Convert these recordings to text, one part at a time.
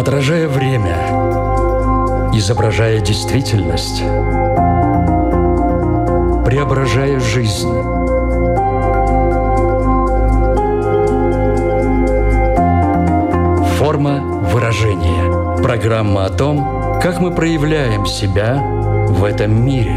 Отражая время, изображая действительность, преображая жизнь. Форма выражения. Программа о том, как мы проявляем себя в этом мире.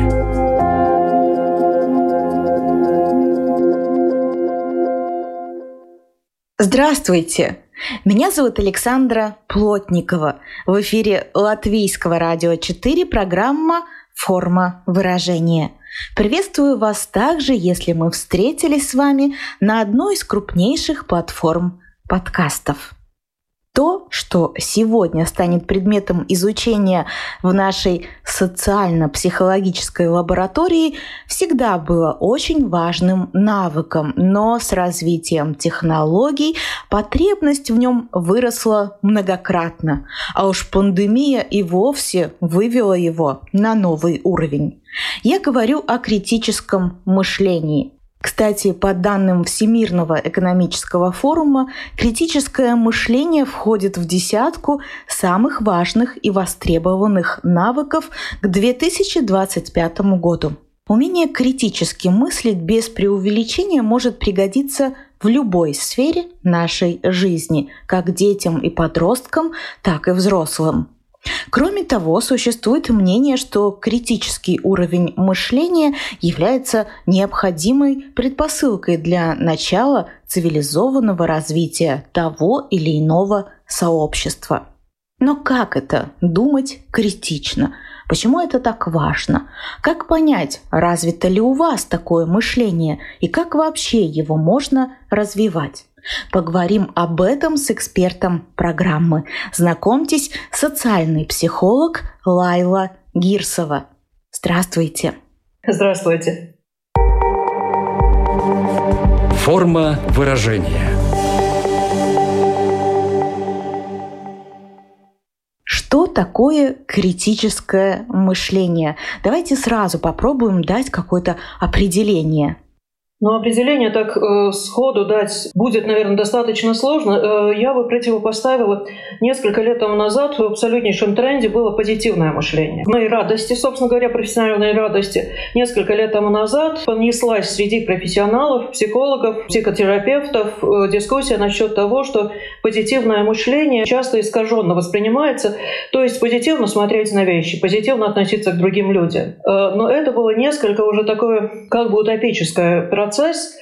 Здравствуйте! Меня зовут Александра Плотникова. В эфире Латвийского радио 4 программа «Форма выражения». Приветствую вас также, если мы встретились с вами на одной из крупнейших платформ подкастов. То, что сегодня станет предметом изучения в нашей социально-психологической лаборатории, всегда было очень важным навыком, но с развитием технологий потребность в нем выросла многократно, а уж пандемия и вовсе вывела его на новый уровень. Я говорю о критическом мышлении. Кстати, по данным Всемирного экономического форума, критическое мышление входит в десятку самых важных и востребованных навыков к 2025 году. Умение критически мыслить без преувеличения может пригодиться в любой сфере нашей жизни, как детям и подросткам, так и взрослым. Кроме того, существует мнение, что критический уровень мышления является необходимой предпосылкой для начала цивилизованного развития того или иного сообщества. Но как это думать критично? Почему это так важно? Как понять, развито ли у вас такое мышление и как вообще его можно развивать? Поговорим об этом с экспертом программы. Знакомьтесь, социальный психолог Лайла Гирсова. Здравствуйте. Здравствуйте. Форма выражения. Что такое критическое мышление? Давайте сразу попробуем дать какое-то определение. Но определение так сходу дать будет, наверное, достаточно сложно. Я бы противопоставила несколько лет тому назад в абсолютнейшем тренде было позитивное мышление. В моей радости, собственно говоря, профессиональной радости, несколько лет тому назад понеслась среди профессионалов, психологов, психотерапевтов дискуссия насчет того, что позитивное мышление часто искаженно воспринимается, то есть позитивно смотреть на вещи, позитивно относиться к другим людям. Но это было несколько уже такое как бы утопическое процесс.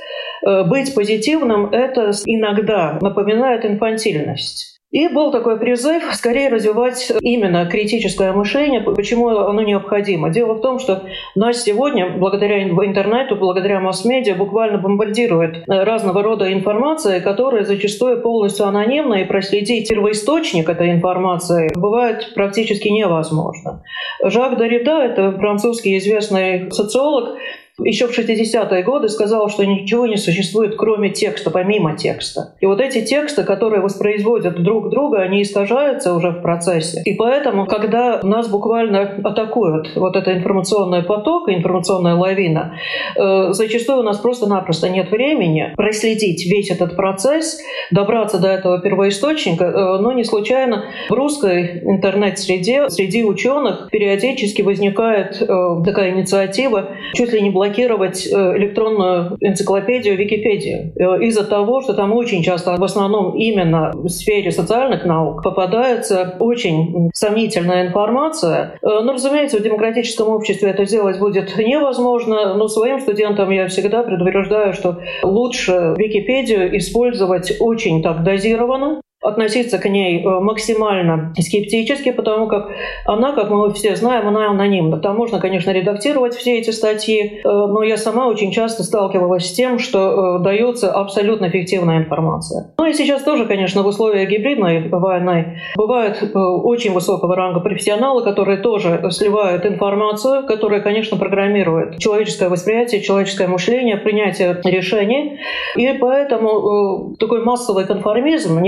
Быть позитивным — это иногда напоминает инфантильность. И был такой призыв скорее развивать именно критическое мышление. Почему оно необходимо? Дело в том, что нас сегодня, благодаря интернету, благодаря масс-медиа, буквально бомбардирует разного рода информацией, которая зачастую полностью анонимна, и проследить первоисточник этой информации бывает практически невозможно. Жак Деррида, это французский известный социолог, еще в 60-е годы сказал, что ничего не существует, кроме текста, помимо текста. И вот эти тексты, которые воспроизводят друг друга, они искажаются уже в процессе. И поэтому, когда нас буквально атакуют вот этот информационный поток, информационная лавина, зачастую у нас просто-напросто нет времени проследить весь этот процесс, добраться до этого первоисточника. Но не случайно в русской интернет-среде, среди ученых периодически возникает такая инициатива чуть ли не блокировать электронную энциклопедию Википедию из-за того, что там очень часто, в основном именно в сфере социальных наук, попадается очень сомнительная информация. Но, разумеется, в демократическом обществе это сделать будет невозможно, но своим студентам я всегда предупреждаю, что лучше Википедию использовать очень так дозированно, относиться к ней максимально скептически, потому как она, как мы все знаем, она анонимна. Там можно, конечно, редактировать все эти статьи, но я сама очень часто сталкивалась с тем, что дается абсолютно фиктивная информация. Ну и сейчас тоже, конечно, в условиях гибридной войны бывают очень высокого ранга профессионалы, которые тоже сливают информацию, которая, конечно, программирует человеческое восприятие, человеческое мышление, принятие решений. И поэтому такой массовый конформизм, не критический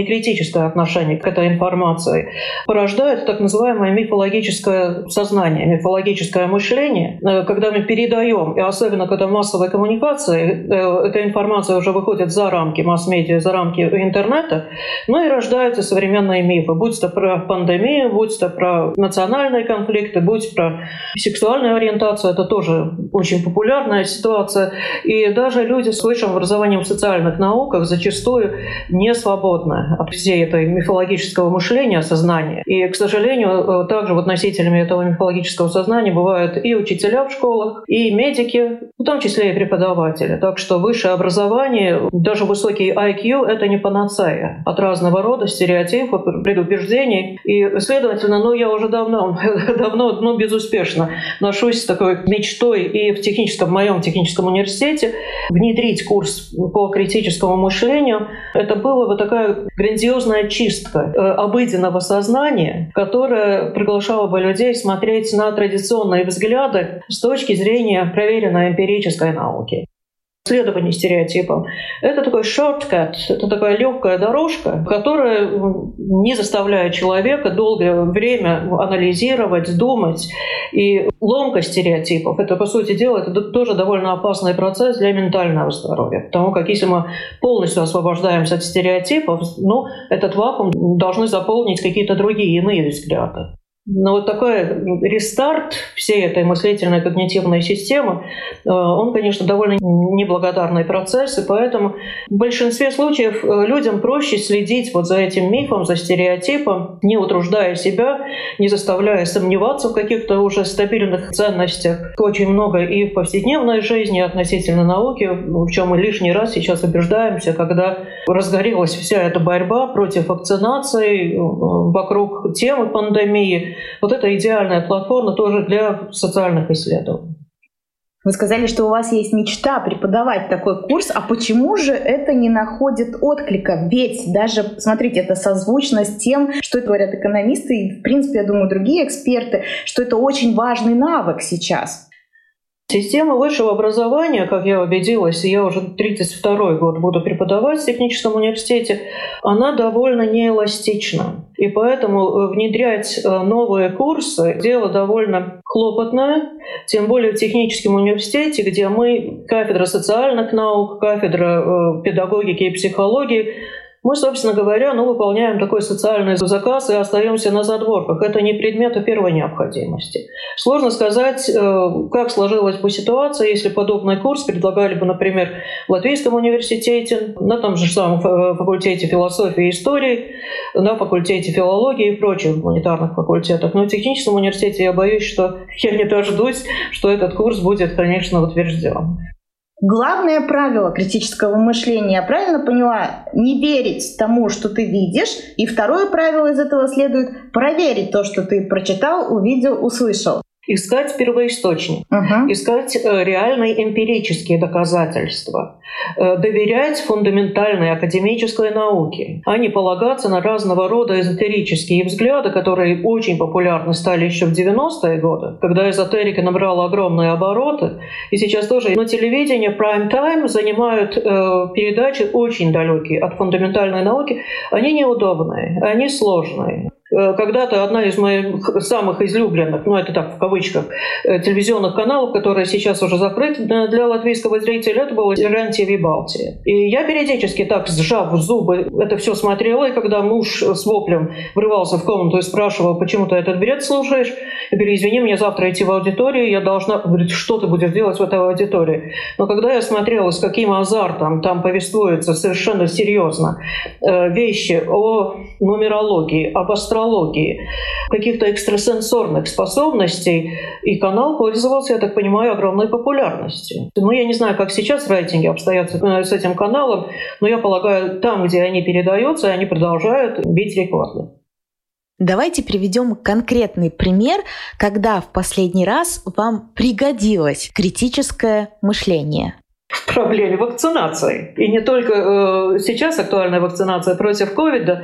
критическое отношение к этой информации порождает так называемое мифологическое сознание, мифологическое мышление, когда мы передаем, и особенно когда в массовой коммуникации эта информация уже выходит за рамки масс-медиа, за рамки интернета, и рождаются современные мифы, будь то про пандемию, будь то про национальные конфликты, будь про сексуальную ориентацию, это тоже очень популярная ситуация. И даже люди с высшим образованием в социальных науках зачастую не свободны от всей этой мифологического мышления, сознания. И, к сожалению, также носителями этого мифологического сознания бывают и учителя в школах, и медики, в том числе и преподаватели. Так что высшее образование, даже высокий IQ — это не панацея от разного рода стереотипов, предубеждений. И, следовательно, я уже давно, безуспешно ношусь с такой мечтой и в моем техническом университете внедрить курс по критическому мышлению. Это была такая грандиозная чистка обыденного сознания, которая приглашала бы людей смотреть на традиционные взгляды с точки зрения проверенной эмпирической науки. Исследование стереотипам — это такой shortcut, это такая легкая дорожка, которая не заставляет человека долгое время анализировать, думать. И ломка стереотипов — это, по сути дела, это тоже довольно опасный процесс для ментального здоровья. Потому как если мы полностью освобождаемся от стереотипов, этот вакуум должны заполнить какие-то другие иные взгляды. Но такой рестарт всей этой мыслительной когнитивной системы, он, конечно, довольно неблагодарный процесс, и поэтому в большинстве случаев людям проще следить за этим мифом, за стереотипом, не утруждая себя, не заставляя сомневаться в каких-то уже стабильных ценностях. Очень много и в повседневной жизни относительно науки, в чем мы лишний раз сейчас убеждаемся, когда разгорелась вся эта борьба против вакцинации вокруг темы пандемии. Это идеальная платформа тоже для социальных исследований. Вы сказали, что у вас есть мечта преподавать такой курс, а почему же это не находит отклика? Ведь даже, смотрите, это созвучно с тем, что говорят экономисты и, в принципе, я думаю, другие эксперты, что это очень важный навык сейчас. Система высшего образования, как я убедилась, и я уже 32-й год буду преподавать в техническом университете, она довольно неэластична. И поэтому внедрять новые курсы — дело довольно хлопотное, тем более в техническом университете, где мы, кафедра социальных наук, кафедра педагогики и психологии, мы, собственно говоря, выполняем такой социальный заказ и остаемся на задворках. Это не предметы первой необходимости. Сложно сказать, как сложилась бы ситуация, если подобный курс предлагали бы, например, в Латвийском университете, на том же самом факультете философии и истории, на факультете филологии и прочих гуманитарных факультетах. Но в техническом университете я боюсь, что я не дождусь, что этот курс будет, конечно, утвержден. Главное правило критического мышления, я правильно поняла, не верить тому, что ты видишь, и второе правило из этого следует проверить то, что ты прочитал, увидел, услышал. Искать первоисточник, искать реальные эмпирические доказательства, доверять фундаментальной академической науке, а не полагаться на разного рода эзотерические взгляды, которые очень популярны стали еще в 90-е годы, когда эзотерика набрала огромные обороты. И сейчас тоже телевидение, прайм-тайм занимают передачи очень далекие от фундаментальной науки. Они неудобные, они сложные. Когда-то одна из моих самых излюбленных, это так в кавычках, телевизионных каналов, которые сейчас уже закрыты для латвийского зрителя, это был РЕН-ТВ Балтия. И я периодически так, сжав зубы, это все смотрела, и когда муж с воплем врывался в комнату и спрашивал, почему ты этот бред слушаешь, я говорю, извини, мне завтра идти в аудиторию, я должна... Говорит, что ты будешь делать в этой аудитории? Но когда я смотрела, с каким азартом там повествуется совершенно серьезно вещи о нумерологии, об астрологии, каких-то экстрасенсорных способностей, и канал пользовался, я так понимаю, огромной популярностью. Я не знаю, как сейчас рейтинги обстоят с этим каналом, но я полагаю, там, где они передаются, они продолжают бить рекорды. Давайте приведем конкретный пример, когда в последний раз вам пригодилось критическое мышление. В проблеме вакцинации. И не только сейчас актуальная вакцинация против ковида,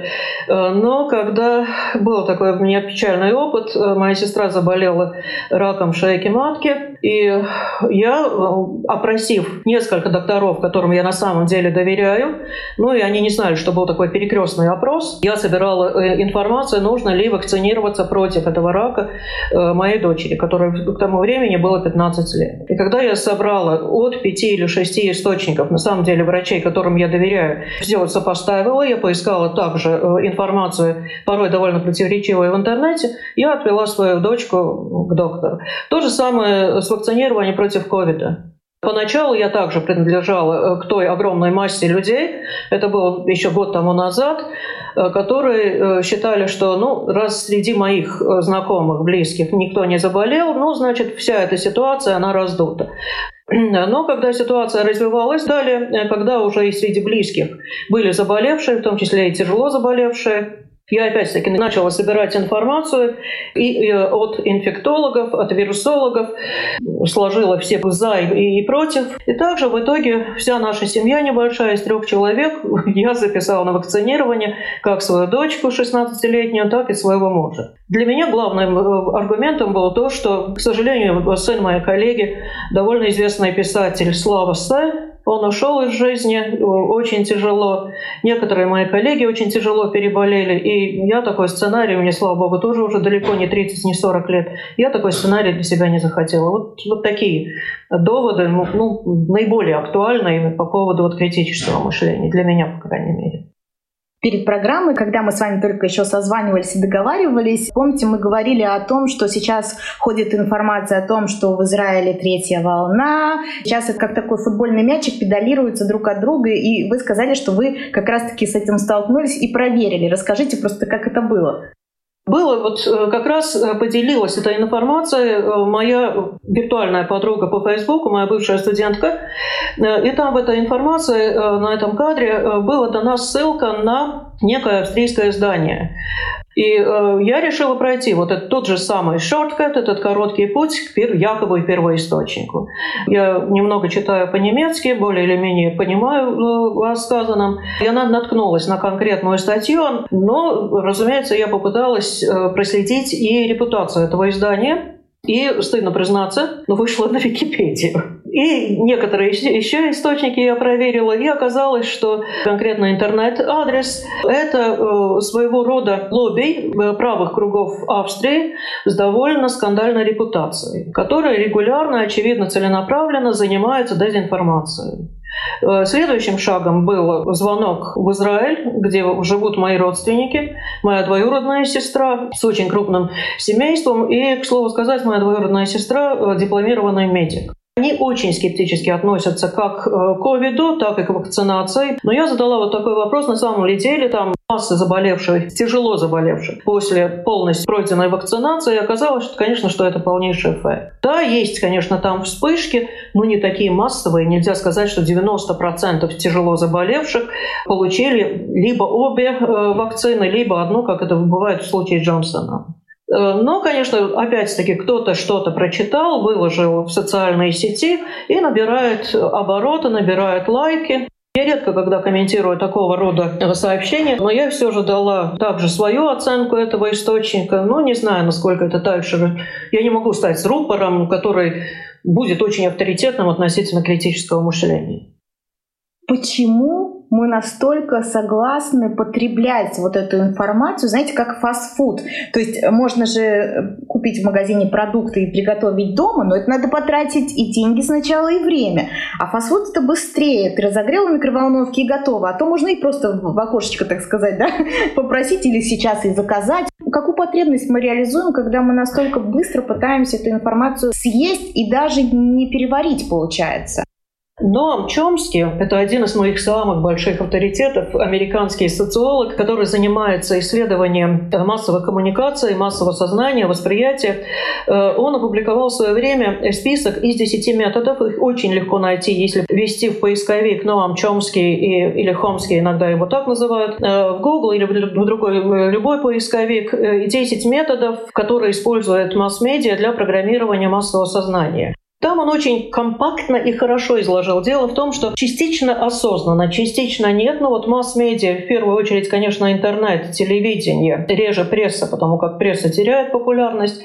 но когда был такой у меня печальный опыт, моя сестра заболела раком шейки матки, И я, опросив несколько докторов, которым я на самом деле доверяю, ну и они не знали, что был такой перекрестный опрос, я собирала информацию, нужно ли вакцинироваться против этого рака моей дочери, которой к тому времени было 15 лет. И когда я собрала от 5 или 6 источников, на самом деле врачей, которым я доверяю, все вот сопоставила, я поискала также информацию, порой довольно противоречивую в интернете, я отвела свою дочку к доктору. То же самое с вакцинированием против ковида. Поначалу я также принадлежала к той огромной массе людей, это было еще год тому назад, которые считали, что раз среди моих знакомых, близких никто не заболел, значит, вся эта ситуация, она раздута. Но когда ситуация развивалась далее, когда уже и среди близких были заболевшие, в том числе и тяжело заболевшие, я опять-таки начала собирать информацию и от инфектологов, от вирусологов, сложила все «за» и «против». И также в итоге вся наша семья небольшая, из 3 человек, я записала на вакцинирование как свою дочку 16-летнюю, так и своего мужа. Для меня главным аргументом было то, что, к сожалению, сын моей коллеги, довольно известный писатель Слава Сай, он ушел из жизни очень тяжело. Некоторые мои коллеги очень тяжело переболели. И я такой сценарий, мне, слава богу, тоже уже далеко не 30, не 40 лет. Я такой сценарий для себя не захотела. Вот такие доводы, наиболее актуальные по поводу критического мышления. Для меня, по крайней мере. Перед программой, когда мы с вами только еще созванивались и договаривались, помните, мы говорили о том, что сейчас ходит информация о том, что в Израиле 3-я волна. Сейчас это как такой футбольный мячик, педалируются друг от друга. И вы сказали, что вы как раз-таки с этим столкнулись и проверили. Расскажите просто, как это было. Было, как раз поделилась этой информацией моя виртуальная подруга по Фейсбуку, моя бывшая студентка. И там в этой информации, на этом кадре, была дана ссылка на некое австрийское издание. И я решила пройти тот же самый шорткат, этот короткий путь к якобы первоисточнику. Я немного читаю по-немецки, более или менее понимаю о сказанном. Я наткнулась на конкретную статью, но, разумеется, я попыталась проследить и репутацию этого издания. И, стыдно признаться, вышла на Википедию. И некоторые еще источники я проверила, и оказалось, что конкретно интернет-адрес — это своего рода лобби правых кругов Австрии с довольно скандальной репутацией, которые регулярно, очевидно, целенаправленно занимаются дезинформацией. Следующим шагом был звонок в Израиль, где живут мои родственники, моя двоюродная сестра с очень крупным семейством. И, к слову сказать, моя двоюродная сестра — дипломированный медик. Они очень скептически относятся как к ковиду, так и к вакцинации. Но я задала такой вопрос, на самом ли деле там масса заболевших, тяжело заболевших после полностью пройденной вакцинации. И оказалось, что, конечно, что это полнейший фейк. Да, есть, конечно, там вспышки, но не такие массовые. Нельзя сказать, что 90% тяжело заболевших получили либо обе вакцины, либо одну, как это бывает в случае Джонсона. Но, конечно, опять-таки кто-то что-то прочитал, выложил в социальные сети и набирает обороты, набирает лайки. Я редко, когда комментирую такого рода сообщения, но я все же дала также свою оценку этого источника. Не знаю, насколько это дальше. Я не могу стать рупором, который будет очень авторитетным относительно критического мышления. Почему мы настолько согласны потреблять эту информацию, знаете, как фастфуд? То есть можно же купить в магазине продукты и приготовить дома, но это надо потратить и деньги сначала, и время. А фастфуд — это быстрее. Ты разогрел в микроволновке и готово. А то можно и просто в окошечко, так сказать, попросить или сейчас и заказать. Какую потребность мы реализуем, когда мы настолько быстро пытаемся эту информацию съесть и даже не переварить, получается? Ноам Чомски — это один из моих самых больших авторитетов, американский социолог, который занимается исследованием массовой коммуникации, массового сознания, восприятия. Он опубликовал в свое время список из 10 методов. Их очень легко найти, если ввести в поисковик Ноам Чомски или Хомски, иногда его так называют, в Google или в другой любой поисковик. 10 методов, которые используют масс-медиа для программирования массового сознания. Там он очень компактно и хорошо изложил. Дело в том, что частично осознанно, частично нет. Но вот масс-медиа, в первую очередь, конечно, интернет, телевидение, реже пресса, потому как пресса теряет популярность,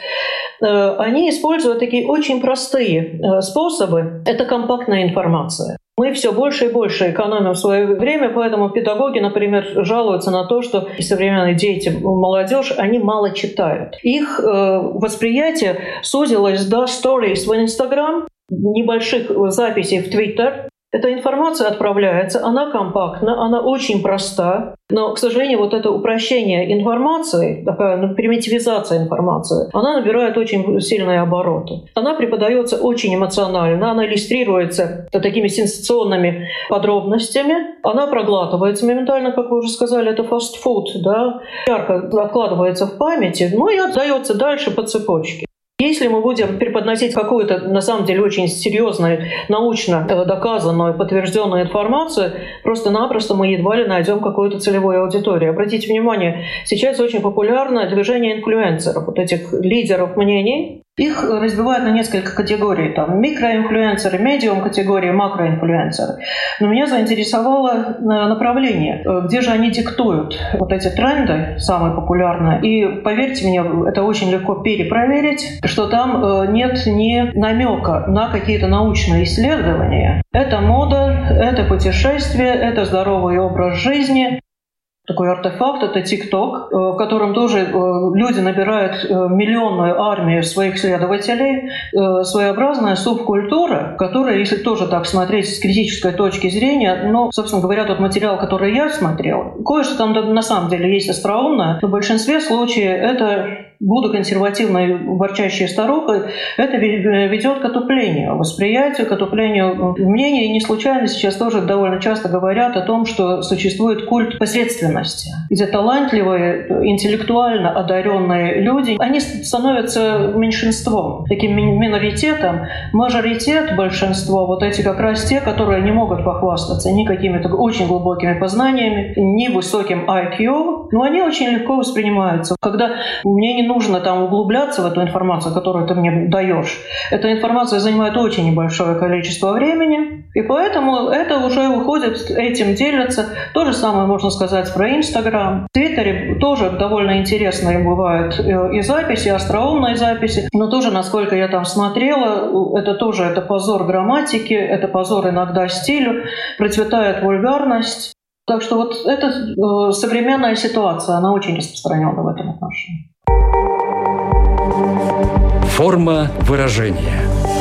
они используют такие очень простые способы. Это компактная информация. Мы все больше и больше экономим свое время, поэтому педагоги, например, жалуются на то, что современные дети, молодежь, они мало читают. Их восприятие сузилось до stories в Instagram, небольших записей в Twitter. Эта информация отправляется, она компактна, она очень проста. Но, к сожалению, вот это упрощение информации, такая примитивизация информации, она набирает очень сильные обороты. Она преподается очень эмоционально, она иллюстрируется такими сенсационными подробностями, она проглатывается моментально, как вы уже сказали, это фастфуд, да, ярко откладывается в памяти, ну и отдается дальше по цепочке. Если мы будем преподносить какую-то, на самом деле, очень серьезную, научно доказанную, подтвержденную информацию, просто-напросто мы едва ли найдем какую-то целевую аудиторию. Обратите внимание, сейчас очень популярно движение инфлюенсеров, вот этих лидеров мнений. Их разбивают на несколько категорий. Там микроинфлюенсеры, медиум-категории, макроинфлюенсеры. Но меня заинтересовало направление, где же они диктуют вот эти тренды, самые популярные. И поверьте мне, это очень легко перепроверить, что там нет ни намека на какие-то научные исследования. Это мода, это путешествие, это здоровый образ жизни. Такой артефакт — это ТикТок, в котором тоже люди набирают миллионную армию своих следователей, своеобразная субкультура, которая, если тоже так смотреть с критической точки зрения, ну, собственно говоря, тот материал, который я смотрел, кое-что там на самом деле есть остроумное, но в большинстве случаев это, буду консервативной ворчащей старухой, это ведет к отуплению восприятия, к отуплению мнений. И не случайно сейчас тоже довольно часто говорят о том, что существует культ посредственности, где талантливые, интеллектуально одаренные люди, они становятся меньшинством, таким миноритетом. Мажоритет, большинство, вот эти как раз те, которые не могут похвастаться ни какими-то очень глубокими познаниями, ни высоким IQ, но они очень легко воспринимаются. Когда мне не нужно там углубляться в эту информацию, которую ты мне даешь. Эта информация занимает очень небольшое количество времени, и поэтому это уже уходит, этим делятся. То же самое можно сказать про Инстаграм. В Твиттере тоже довольно интересные бывают и записи, и остроумные записи, но тоже, насколько я там смотрела, это позор грамматики, это позор иногда стилю, процветает вульгарность. Так что вот эта современная ситуация, она очень распространена в этом отношении. Форма выражения.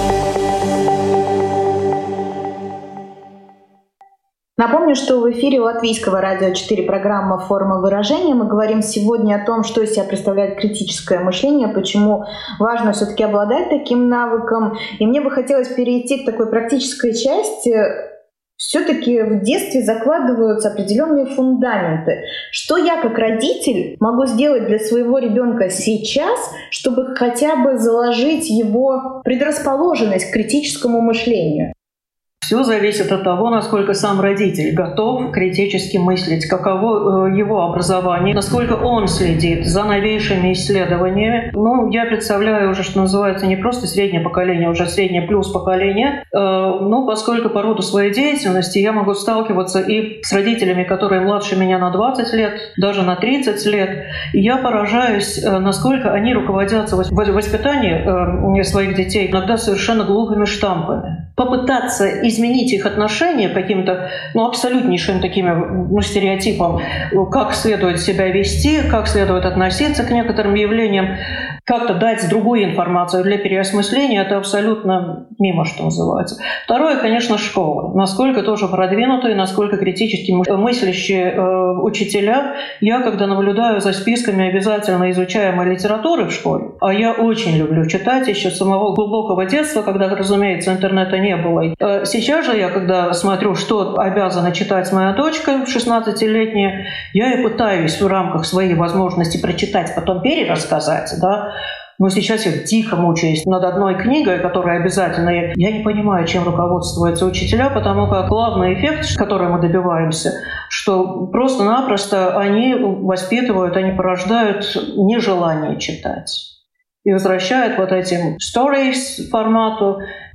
Напомню, что в эфире Латвийского радио 4 программа «Форма выражения». Мы говорим сегодня о том, что из себя представляет критическое мышление, почему важно все-таки обладать таким навыком. И мне бы хотелось перейти к такой практической части. Все-таки в детстве закладываются определенные фундаменты. Что я как родитель могу сделать для своего ребенка сейчас, чтобы хотя бы заложить его предрасположенность к критическому мышлению? Все зависит от того, насколько сам родитель готов критически мыслить, каково его образование, насколько он следит за новейшими исследованиями. Ну, я представляю уже, что называется, не просто среднее поколение, уже среднее плюс поколение. Ну, поскольку по роду своей деятельности я могу сталкиваться и с родителями, которые младше меня на 20 лет, даже на 30 лет. И я поражаюсь, насколько они руководятся в воспитании своих детей иногда совершенно глухими штампами. Попытаться изменить их отношение каким-то абсолютнейшим таким стереотипам, как следует себя вести, как следует относиться к некоторым явлениям, как-то дать другую информацию для переосмысления, это абсолютно мимо, что называется. Второе, конечно, школа. Насколько тоже продвинутые, насколько критически мыслящие учителя. Я, когда наблюдаю за списками обязательно изучаемой литературы в школе, а я очень люблю читать еще с самого глубокого детства, когда, разумеется, интернета не было. Сейчас же я, когда смотрю, что обязана читать моя дочка 16-летняя, я и пытаюсь в рамках своей возможности прочитать, потом перерассказать, да. Но сейчас я дико мучаюсь над одной книгой, которая обязательная. Я не понимаю, чем руководствуются учителя, потому как главный эффект, который мы добиваемся, что просто-напросто они воспитывают, они порождают нежелание читать. И возвращают вот этим stories формату.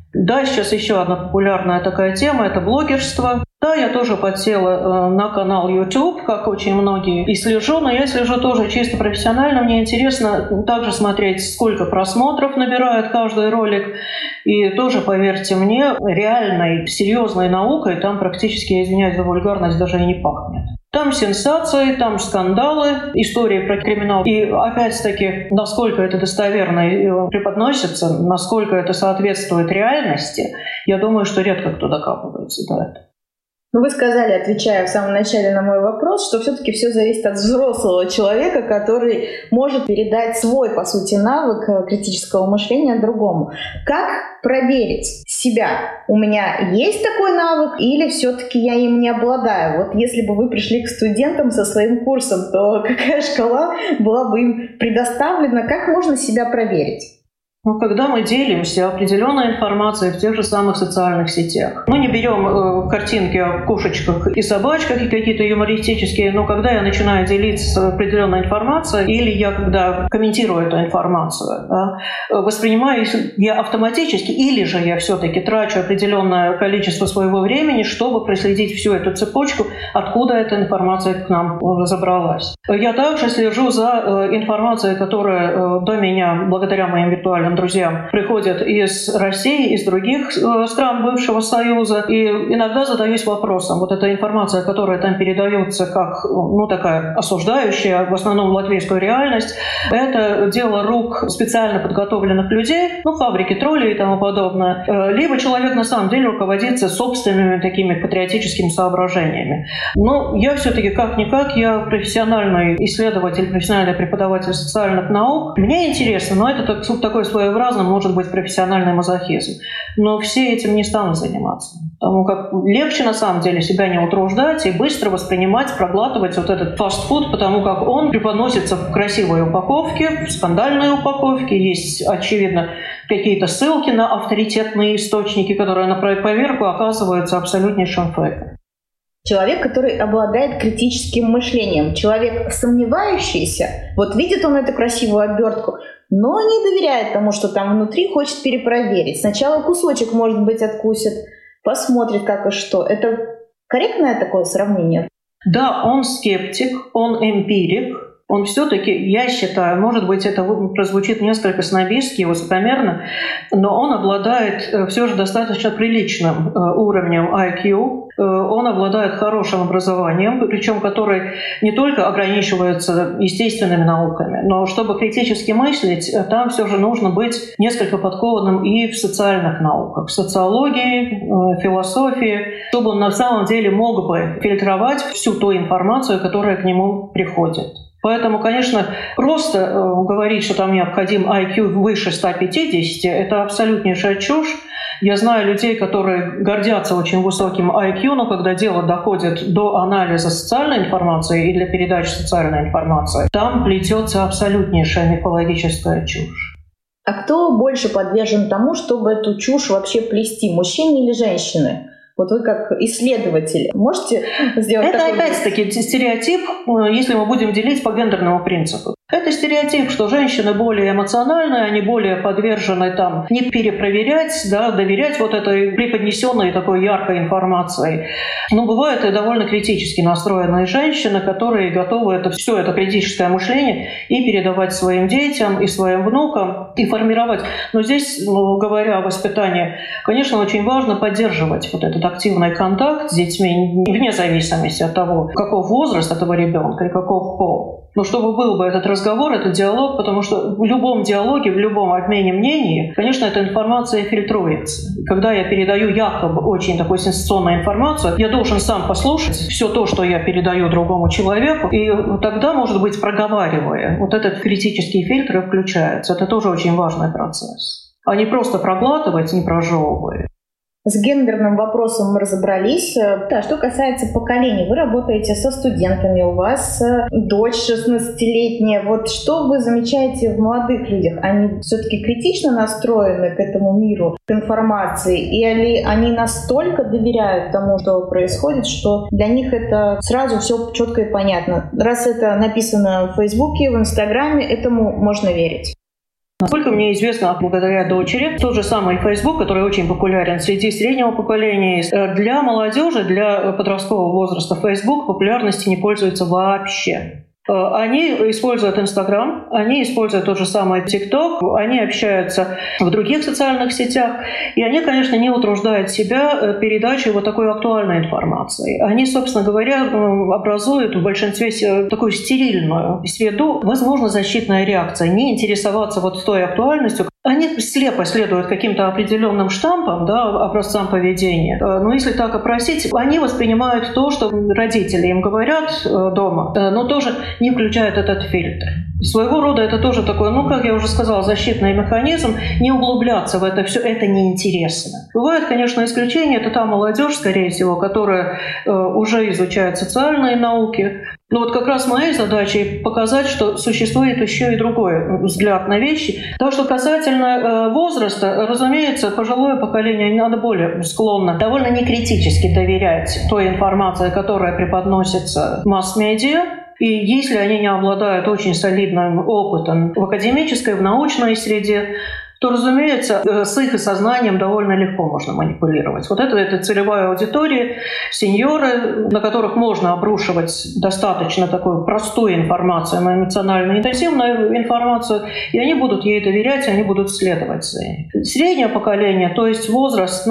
Да, сейчас еще одна популярная такая тема – это блогерство. Да, я тоже подсела на канал YouTube, как очень многие, и слежу, но я слежу тоже чисто профессионально. Мне интересно также смотреть, сколько просмотров набирает каждый ролик. И тоже, поверьте мне, реальной, серьезной наукой там практически, я извиняюсь за вульгарность, даже и не пахнет. Там сенсации, там скандалы, истории про криминал. И опять-таки, насколько это достоверно преподносится, насколько это соответствует реальности, я думаю, что редко кто докапывается до этого. Вы сказали, отвечая в самом начале на мой вопрос, что все-таки все зависит от взрослого человека, который может передать свой, по сути, навык критического мышления другому. Как проверить себя? У меня есть такой навык или все-таки я им не обладаю? Вот если бы вы пришли к студентам со своим курсом, то какая шкала была бы им предоставлена? Как можно себя проверить? Когда мы делимся определенной информацией в тех же самых социальных сетях, мы не берем картинки о кошечках и собачках и какие-то юмористические, но когда я начинаю делиться определенной информацией, или я когда комментирую эту информацию, да, воспринимаю я автоматически, или же я все-таки трачу определенное количество своего времени, чтобы проследить всю эту цепочку, откуда эта информация к нам забралась. Я также слежу за информацией, которая до меня, благодаря моим виртуальным друзьям, приходят из России, из других стран бывшего Союза. И иногда задаюсь вопросом, вот эта информация, которая там передается как такая осуждающая, в основном латвийскую реальность, это дело рук специально подготовленных людей, фабрики троллей и тому подобное. Либо человек на самом деле руководится собственными такими патриотическими соображениями. Но я все-таки как-никак, я профессиональный исследователь, профессиональный преподаватель социальных наук. Мне интересно, но это такой своеобразный, может быть, профессиональный мазохизм. Но все этим не станут заниматься. Потому как легче, на самом деле, себя не утруждать и быстро воспринимать, проглатывать вот этот фастфуд, потому как он преподносится в красивой упаковке, в скандальной упаковке. Есть, очевидно, какие-то ссылки на авторитетные источники, которые на поверку оказываются абсолютнейшим фейком. Человек, который обладает критическим мышлением, человек сомневающийся, вот видит он эту красивую обертку, но не доверяет тому, что там внутри, хочет перепроверить. Сначала кусочек, может быть, откусит, посмотрит, как и что. Это корректное такое сравнение? Да, он скептик, он эмпирик. Он все-таки, я считаю, может быть, это прозвучит несколько снобистски, высокомерно, но он обладает все же достаточно приличным уровнем IQ. Он обладает хорошим образованием, причем которое не только ограничивается естественными науками, но чтобы критически мыслить, там все же нужно быть несколько подкованным и в социальных науках, в социологии, философии, чтобы он на самом деле мог бы фильтровать всю ту информацию, которая к нему приходит. Поэтому, конечно, просто говорить, что там необходим IQ выше 150, это абсолютнейшая чушь. Я знаю людей, которые гордятся очень высоким IQ, но когда дело доходит до анализа социальной информации и для передачи социальной информации, там плетется абсолютнейшая мифологическая чушь. А кто больше подвержен тому, чтобы эту чушь вообще плести, мужчины или женщины? Вот вы как исследователь можете сделать такой... Это опять-таки стереотип, если мы будем делить по гендерному принципу. Это стереотип, что женщины более эмоциональные, они более подвержены не перепроверять, доверять вот этой преподнесенной такой яркой информации. Но бывают и довольно критически настроенные женщины, которые готовы все это критическое мышление и передавать своим детям, и своим внукам, и формировать. Но здесь, говоря о воспитании, конечно, очень важно поддерживать вот этот активный контакт с детьми, вне зависимости от того, каков возраст этого ребенка и каков пол. Но чтобы был бы этот разговор, этот диалог, потому что в любом диалоге, в любом обмене мнений, конечно, эта информация фильтруется. Когда я передаю якобы очень такой сенсационную информацию, я должен сам послушать все то, что я передаю другому человеку, и тогда, может быть, проговаривая, вот этот критический фильтр включается. Это тоже очень важный процесс. А не просто проглатывать, не прожевывая. С гендерным вопросом мы разобрались. Да, что касается поколений, вы работаете со студентами, у вас дочь 16-летняя. Вот что вы замечаете в молодых людях? Они все-таки критично настроены к этому миру, к информации? Или они настолько доверяют тому, что происходит, что для них это сразу все четко и понятно? Раз это написано в Фейсбуке, в Инстаграме, этому можно верить. Насколько мне известно, благодаря дочери, тот же самый Facebook, который очень популярен среди среднего поколения, для молодежи, для подросткового возраста Facebook популярности не пользуется вообще. Они используют Instagram, они используют тот же самый TikTok, они общаются в других социальных сетях, и они, конечно, не утруждают себя передачей вот такой актуальной информации. Они, собственно говоря, образуют в большинстве такую стерильную среду, возможно, защитная реакция, не интересоваться вот той актуальностью. Они слепо следуют каким-то определенным штампам, да, образцам поведения. Но если так опросить, они воспринимают то, что родители им говорят дома, но тоже не включают этот фильтр. Своего рода это тоже такой, как я уже сказала, защитный механизм. Не углубляться в это все, это неинтересно. Бывает, конечно, исключения. Это та молодежь, скорее всего, которая уже изучает социальные науки. Но вот как раз моей задачей показать, что существует еще и другой взгляд на вещи. То, что касательно возраста, разумеется, пожилое поколение надо более склонно довольно некритически доверять той информации, которая преподносится в масс-медиа. И если они не обладают очень солидным опытом в академической, в научной среде, то, разумеется, с их сознанием довольно легко можно манипулировать. Вот это целевая аудитория, сеньоры, на которых можно обрушивать достаточно такую простую информацию, но эмоционально интенсивную информацию, и они будут ей доверять, они будут следовать за ней. Среднее поколение, то есть возраст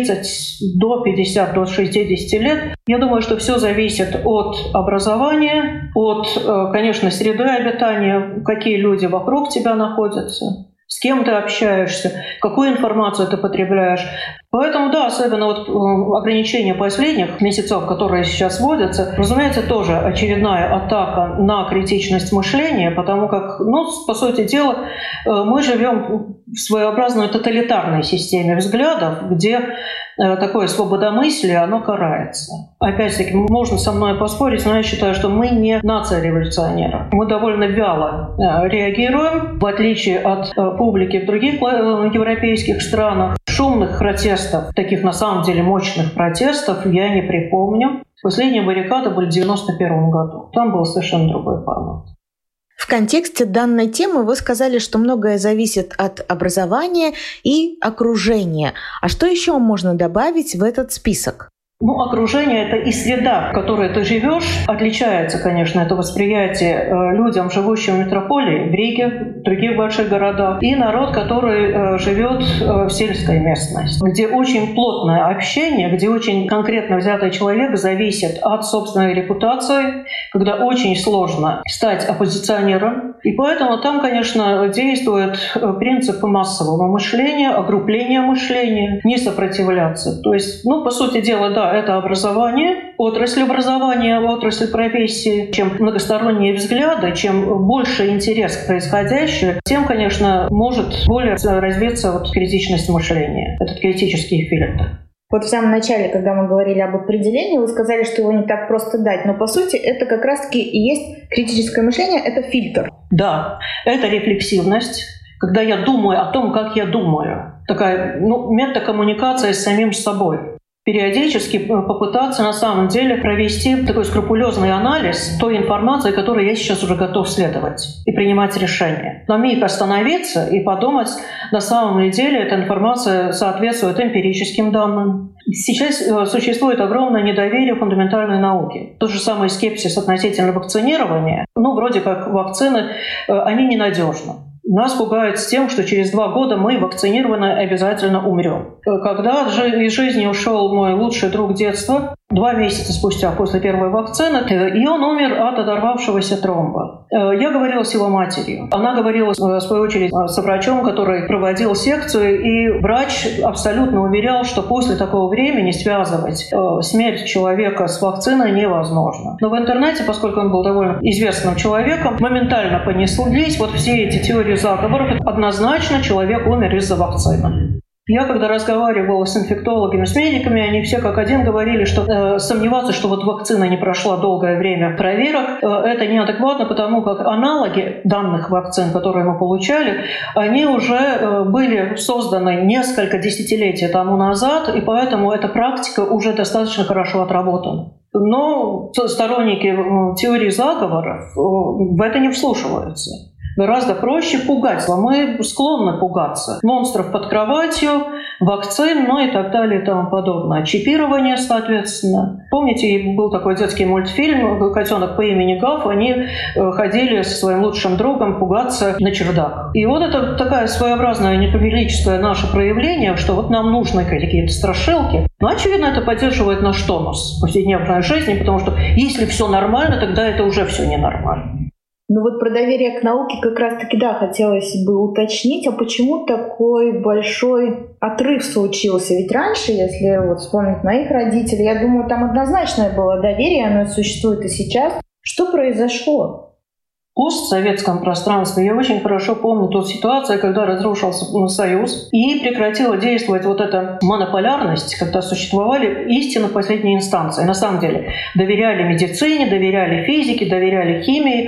30 до 50, до 60 лет, я думаю, что все зависит от образования, от, конечно, среды обитания, какие люди вокруг тебя находятся, с кем ты общаешься, какую информацию ты потребляешь. Поэтому, да, особенно ограничения последних месяцев, которые сейчас вводятся, разумеется, тоже очередная атака на критичность мышления, потому как, по сути дела, мы живем в своеобразной тоталитарной системе взглядов, где такое свободомыслие, оно карается. Опять-таки, можно со мной поспорить, но я считаю, что мы не нация-революционеры. Мы довольно вяло реагируем, в отличие от публики в других европейских странах. Шумных протестов, таких на самом деле мощных протестов, я не припомню. Последняя баррикада была в 1991 году. Там был совершенно другой формат. В контексте данной темы вы сказали, что многое зависит от образования и окружения. А что еще можно добавить в этот список? Окружение — это и среда, в которой ты живешь. Отличается, конечно, это восприятие людям, живущим в метрополии, в Риге, в других больших городах, и народ, который живет в сельской местности, где очень плотное общение, где очень конкретно взятый человек зависит от собственной репутации, когда очень сложно стать оппозиционером. И поэтому там, конечно, действует принцип массового мышления, окрупления мышления, не сопротивляться. То есть, по сути дела, да, это образование, отрасль профессии. Чем многосторонние взгляды, чем больше интерес к происходящему, тем, конечно, может более развиться критичность мышления, этот критический фильтр. Вот в самом начале, когда мы говорили об определении, вы сказали, что его не так просто дать. Но по сути это как раз-таки и есть критическое мышление, это фильтр. Да, это рефлексивность. Когда я думаю о том, как я думаю. Такая метакоммуникация с самим собой. Периодически попытаться на самом деле провести такой скрупулезный анализ той информации, которой я сейчас уже готов следовать, и принимать решения. На миг остановиться и подумать, на самом деле эта информация соответствует эмпирическим данным. Сейчас существует огромное недоверие фундаментальной науке. Тот же самый скепсис относительно вакцинирования. Вроде как вакцины, они ненадежны. Нас пугает с тем, что через 2 года мы вакцинированные обязательно умрем. Когда из жизни ушел мой лучший друг детства, 2 месяца спустя после первой вакцины, и он умер от оторвавшегося тромба. Я говорила с его матерью. Она говорила, в свою очередь, с врачом, который проводил секцию, и врач абсолютно уверял, что после такого времени связывать смерть человека с вакциной невозможно. Но в интернете, поскольку он был довольно известным человеком, моментально понеслись все эти теории заговоров. Однозначно человек умер из-за вакцины. Я, когда разговаривала с инфектологами, с медиками, они все как один говорили, что сомневаться, что вакцина не прошла долгое время проверок, это неадекватно, потому как аналоги данных вакцин, которые мы получали, они уже были созданы несколько десятилетий тому назад, и поэтому эта практика уже достаточно хорошо отработана. Но сторонники теории заговоров в это не вслушиваются. Гораздо проще пугать. Мы склонны пугаться. Монстров под кроватью, вакцин, ну и так далее и тому подобное. Чипирование, соответственно. Помните, был такой детский мультфильм «Котенок по имени Гав». Они ходили со своим лучшим другом пугаться на чердак. И вот это такая своеобразная неповелическое наше проявление, что вот нам нужны какие-то страшилки. Но, очевидно, это поддерживает наш тонус в повседневной жизни, потому что если все нормально, тогда это уже все ненормально. Ну вот про доверие к науке как раз-таки, да, хотелось бы уточнить, а почему такой большой отрыв случился? Ведь раньше, если вот вспомнить моих родителей, я думаю, там однозначное было доверие, оно существует и сейчас. Что произошло? В постсоветском пространстве я очень хорошо помню ту ситуацию, когда разрушился Союз и прекратила действовать вот эта монополярность, когда существовали истины последней инстанции. На самом деле доверяли медицине, доверяли физике, доверяли химии.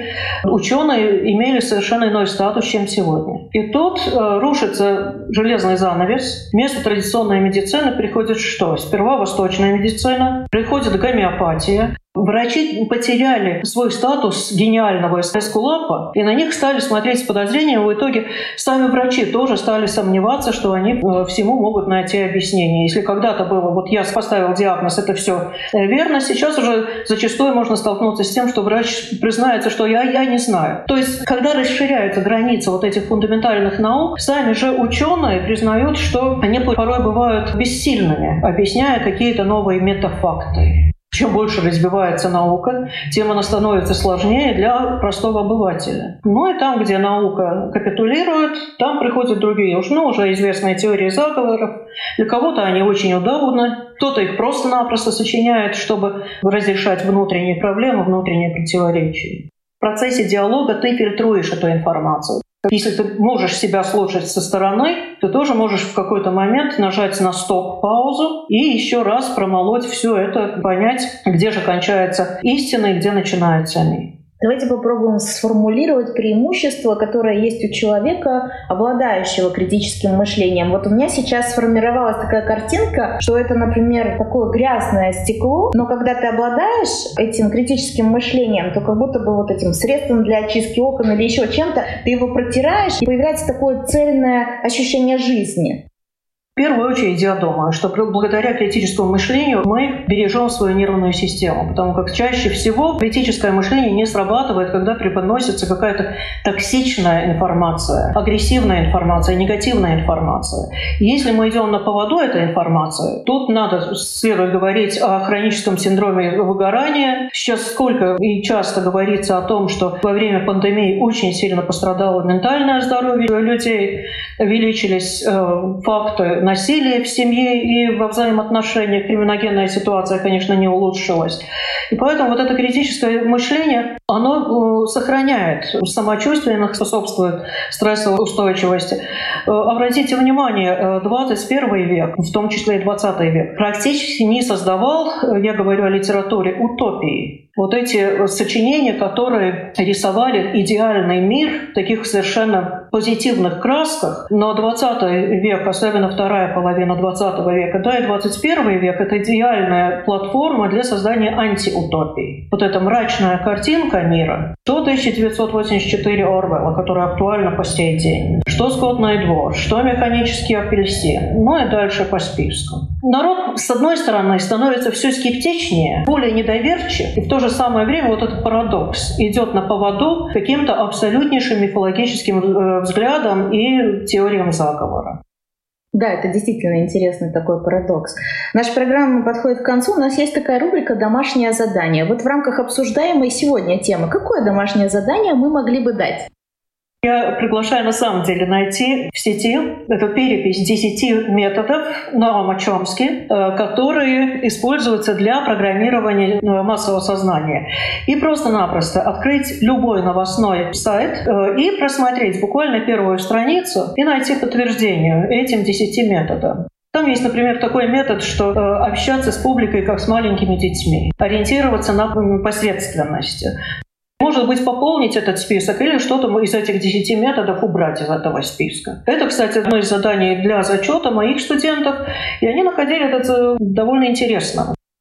Ученые имели совершенно иной статус, чем сегодня. И тут рушится железный занавес. Вместо традиционной медицины приходит что? Сперва восточная медицина, приходит гомеопатия. Врачи потеряли свой статус гениального эскулапа, и на них стали смотреть с подозрением. В итоге сами врачи тоже стали сомневаться, что они всему могут найти объяснение. Если когда-то было, вот я поставил диагноз, это все верно, сейчас уже зачастую можно столкнуться с тем, что врач признается, что я не знаю. То есть, когда расширяются границы вот этих фундаментальных наук, сами же ученые признают, что они порой бывают бессильными, объясняя какие-то новые метафакты. Чем больше разбивается наука, тем она становится сложнее для простого обывателя. Ну и там, где наука капитулирует, там приходят другие, уже известные теории заговоров. Для кого-то они очень удобны, кто-то их просто-напросто сочиняет, чтобы разрешать внутренние проблемы, внутренние противоречия. В процессе диалога ты фильтруешь эту информацию. Если ты можешь себя слушать со стороны, ты тоже можешь в какой-то момент нажать на стоп-паузу и еще раз промолоть все это, понять, где же кончается истина и где начинается миф. Давайте попробуем сформулировать преимущество, которое есть у человека, обладающего критическим мышлением. Вот у меня сейчас сформировалась такая картинка, что это, например, такое грязное стекло, но когда ты обладаешь этим критическим мышлением, то как будто бы вот этим средством для очистки окон или еще чем-то, ты его протираешь, и появляется такое цельное ощущение жизни. В первую очередь я думаю, что благодаря критическому мышлению мы бережем свою нервную систему, потому как чаще всего критическое мышление не срабатывает, когда преподносится какая-то токсичная информация, агрессивная информация, негативная информация. И если мы идем на поводу этой информации, тут следует говорить о хроническом синдроме выгорания. Сейчас сколько и часто говорится о том, что во время пандемии очень сильно пострадало ментальное здоровье людей, увеличились факты насилия в семье и во взаимоотношениях, криминогенная ситуация, конечно, не улучшилась. И поэтому вот это критическое мышление, оно сохраняет самочувствие, оно способствует стрессовой устойчивости. Обратите внимание, 21 век, в том числе и 20 век, практически не создавал, я говорю о литературе, утопии. Вот эти сочинения, которые рисовали идеальный мир в таких совершенно позитивных красках, но 20 век, особенно вторая половина 20 века, да и 21 век — это идеальная платформа для создания антиутопии. Вот эта мрачная картинка мира. Что 1984 Орвелла, которая актуальна по сей день. Что «Скотный двор», что «Механический апельсин», ну и дальше по списку. Народ, с одной стороны, становится все скептичнее, более недоверчив, и в то же самое время вот этот парадокс идет на поводу каким-то абсолютнейшим мифологическим взглядам и теориям заговора. Да, это действительно интересный такой парадокс. Наша программа подходит к концу. У нас есть такая рубрика «Домашнее задание». Вот в рамках обсуждаемой сегодня темы, какое домашнее задание мы могли бы дать? Я приглашаю на самом деле найти в сети эту перепись 10 методов Ноама Чомски, которые используются для программирования массового сознания. И просто-напросто открыть любой новостной сайт и просмотреть буквально первую страницу и найти подтверждение этим 10 методам. Там есть, например, такой метод, что общаться с публикой как с маленькими детьми, ориентироваться на посредственность. Может быть, пополнить этот список или что-то из этих 10 методов убрать из этого списка. Это, кстати, одно из заданий для зачета моих студентов, и они находили это довольно интересным. Эта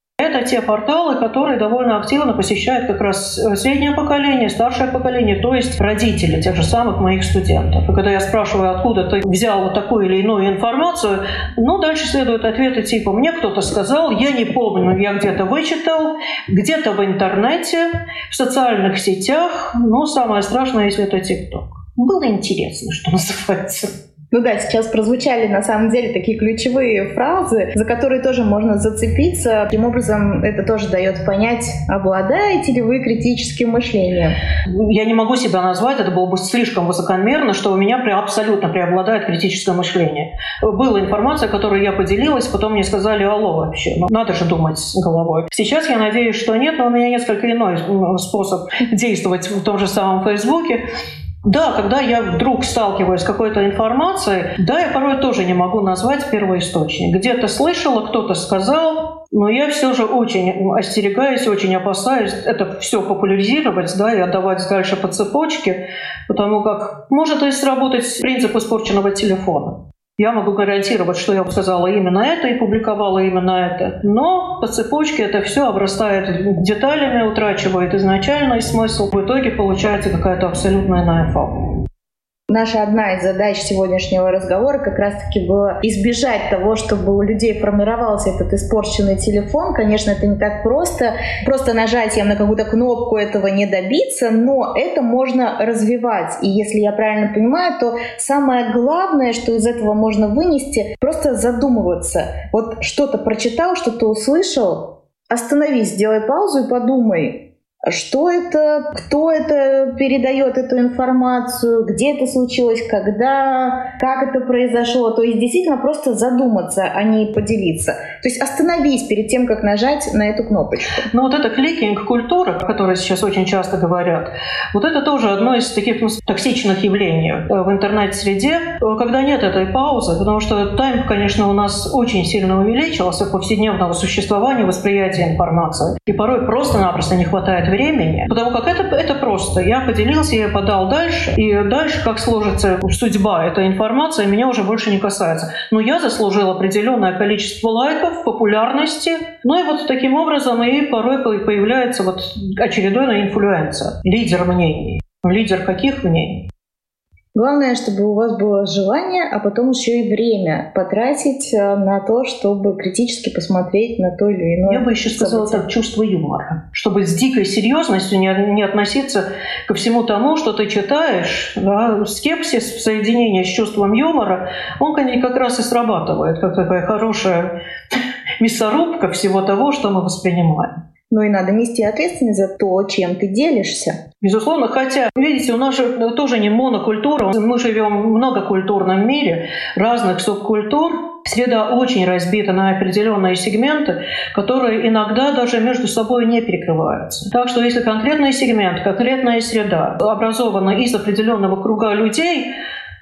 это те порталы, которые довольно активно посещают как раз среднее поколение, старшее поколение, то есть родители тех же самых моих студентов. И когда я спрашиваю, откуда ты взял вот такую или иную информацию, дальше следуют ответы типа «мне кто-то сказал», «я не помню, я где-то вычитал», «где-то в интернете», «в социальных сетях», самое страшное, если это ТикТок. Было интересно, что называется. Сейчас прозвучали на самом деле такие ключевые фразы, за которые тоже можно зацепиться. Таким образом, это тоже дает понять, обладаете ли вы критическим мышлением. Я не могу себя назвать, это было бы слишком высокомерно, что у меня абсолютно преобладает критическое мышление. Была информация, которой я поделилась, потом мне сказали «алло» вообще. Надо же думать головой. Сейчас я надеюсь, что нет, но у меня несколько иной способ действовать в том же самом Фейсбуке. Да, когда я вдруг сталкиваюсь с какой-то информацией, я порой тоже не могу назвать первоисточник. Где-то слышала, кто-то сказал, но я все же очень остерегаюсь, очень опасаюсь это все популяризировать, и отдавать дальше по цепочке, потому как может и сработать принцип испорченного телефона. Я могу гарантировать, что я сказала именно это и публиковала именно это. Но по цепочке это все обрастает деталями, утрачивает изначальный смысл. В итоге получается какая-то абсолютная иная фабула. Наша одна из задач сегодняшнего разговора как раз-таки была избежать того, чтобы у людей формировался этот испорченный телефон. Конечно, это не так просто. Просто нажатием на какую-то кнопку этого не добиться, но это можно развивать. И если я правильно понимаю, то самое главное, что из этого можно вынести, просто задумываться. Вот что-то прочитал, что-то услышал, остановись, сделай паузу и подумай, что это, кто это передает эту информацию, где это случилось, когда, как это произошло. То есть действительно просто задуматься, а не поделиться. То есть остановись перед тем, как нажать на эту кнопочку. Вот эта кликинг-культура, о которой сейчас очень часто говорят, вот это тоже одно из таких токсичных явлений в интернет-среде, когда нет этой паузы, потому что тайм, конечно, у нас очень сильно увеличился повседневного существования, восприятия информации. И порой просто-напросто не хватает времени, потому как это просто. Я поделился, я подал дальше, и дальше, как сложится судьба этой информации, меня уже больше не касается. Но я заслужил определенное количество лайков, популярности, и вот таким образом и порой появляется очередной инфлюенсер, лидер мнений. Лидер каких мнений? Главное, чтобы у вас было желание, а потом еще и время потратить на то, чтобы критически посмотреть на то или иное. Я бы еще сказала так, чувство юмора. Чтобы с дикой серьезностью не относиться ко всему тому, что ты читаешь. Да? Скепсис в соединении с чувством юмора, он как раз и срабатывает, как такая хорошая мясорубка всего того, что мы воспринимаем. И надо нести ответственность за то, чем ты делишься. Безусловно, хотя, видите, у нас же тоже не монокультура. Мы живем в многокультурном мире разных субкультур. Среда очень разбита на определенные сегменты, которые иногда даже между собой не перекрываются. Так что если конкретный сегмент, конкретная среда образована из определенного круга людей,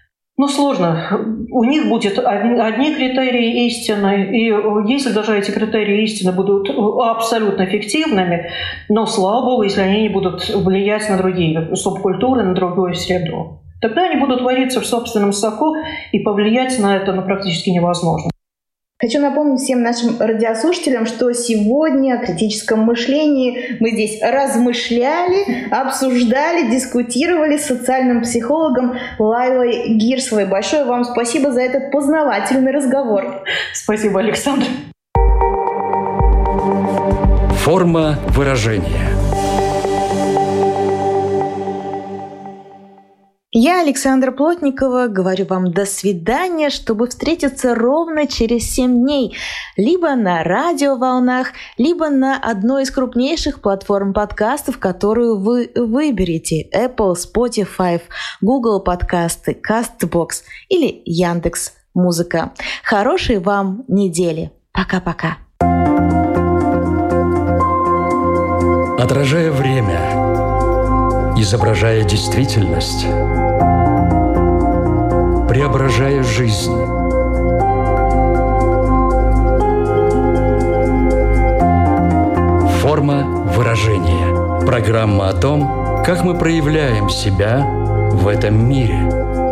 сложно. У них будут одни критерии истины, и если даже эти критерии истины будут абсолютно фиктивными, но, слава богу, если они не будут влиять на другие субкультуры, на другую среду, тогда они будут вариться в собственном соку, и повлиять на это практически невозможно. Хочу напомнить всем нашим радиослушателям, что сегодня о критическом мышлении мы здесь размышляли, обсуждали, дискутировали с социальным психологом Лайлой Гирсовой. Большое вам спасибо за этот познавательный разговор. Спасибо, Александр. Форма выражения. Я, Александра Плотникова, говорю вам до свидания, чтобы встретиться ровно через 7 дней. Либо на радиоволнах, либо на одной из крупнейших платформ подкастов, которую вы выберете. Apple, Spotify, Google подкасты, CastBox или Яндекс.Музыка. Хорошей вам недели. Пока-пока. Отражая время, изображая действительность, преображая жизнь. Форма выражения. Программа о том, как мы проявляем себя в этом мире.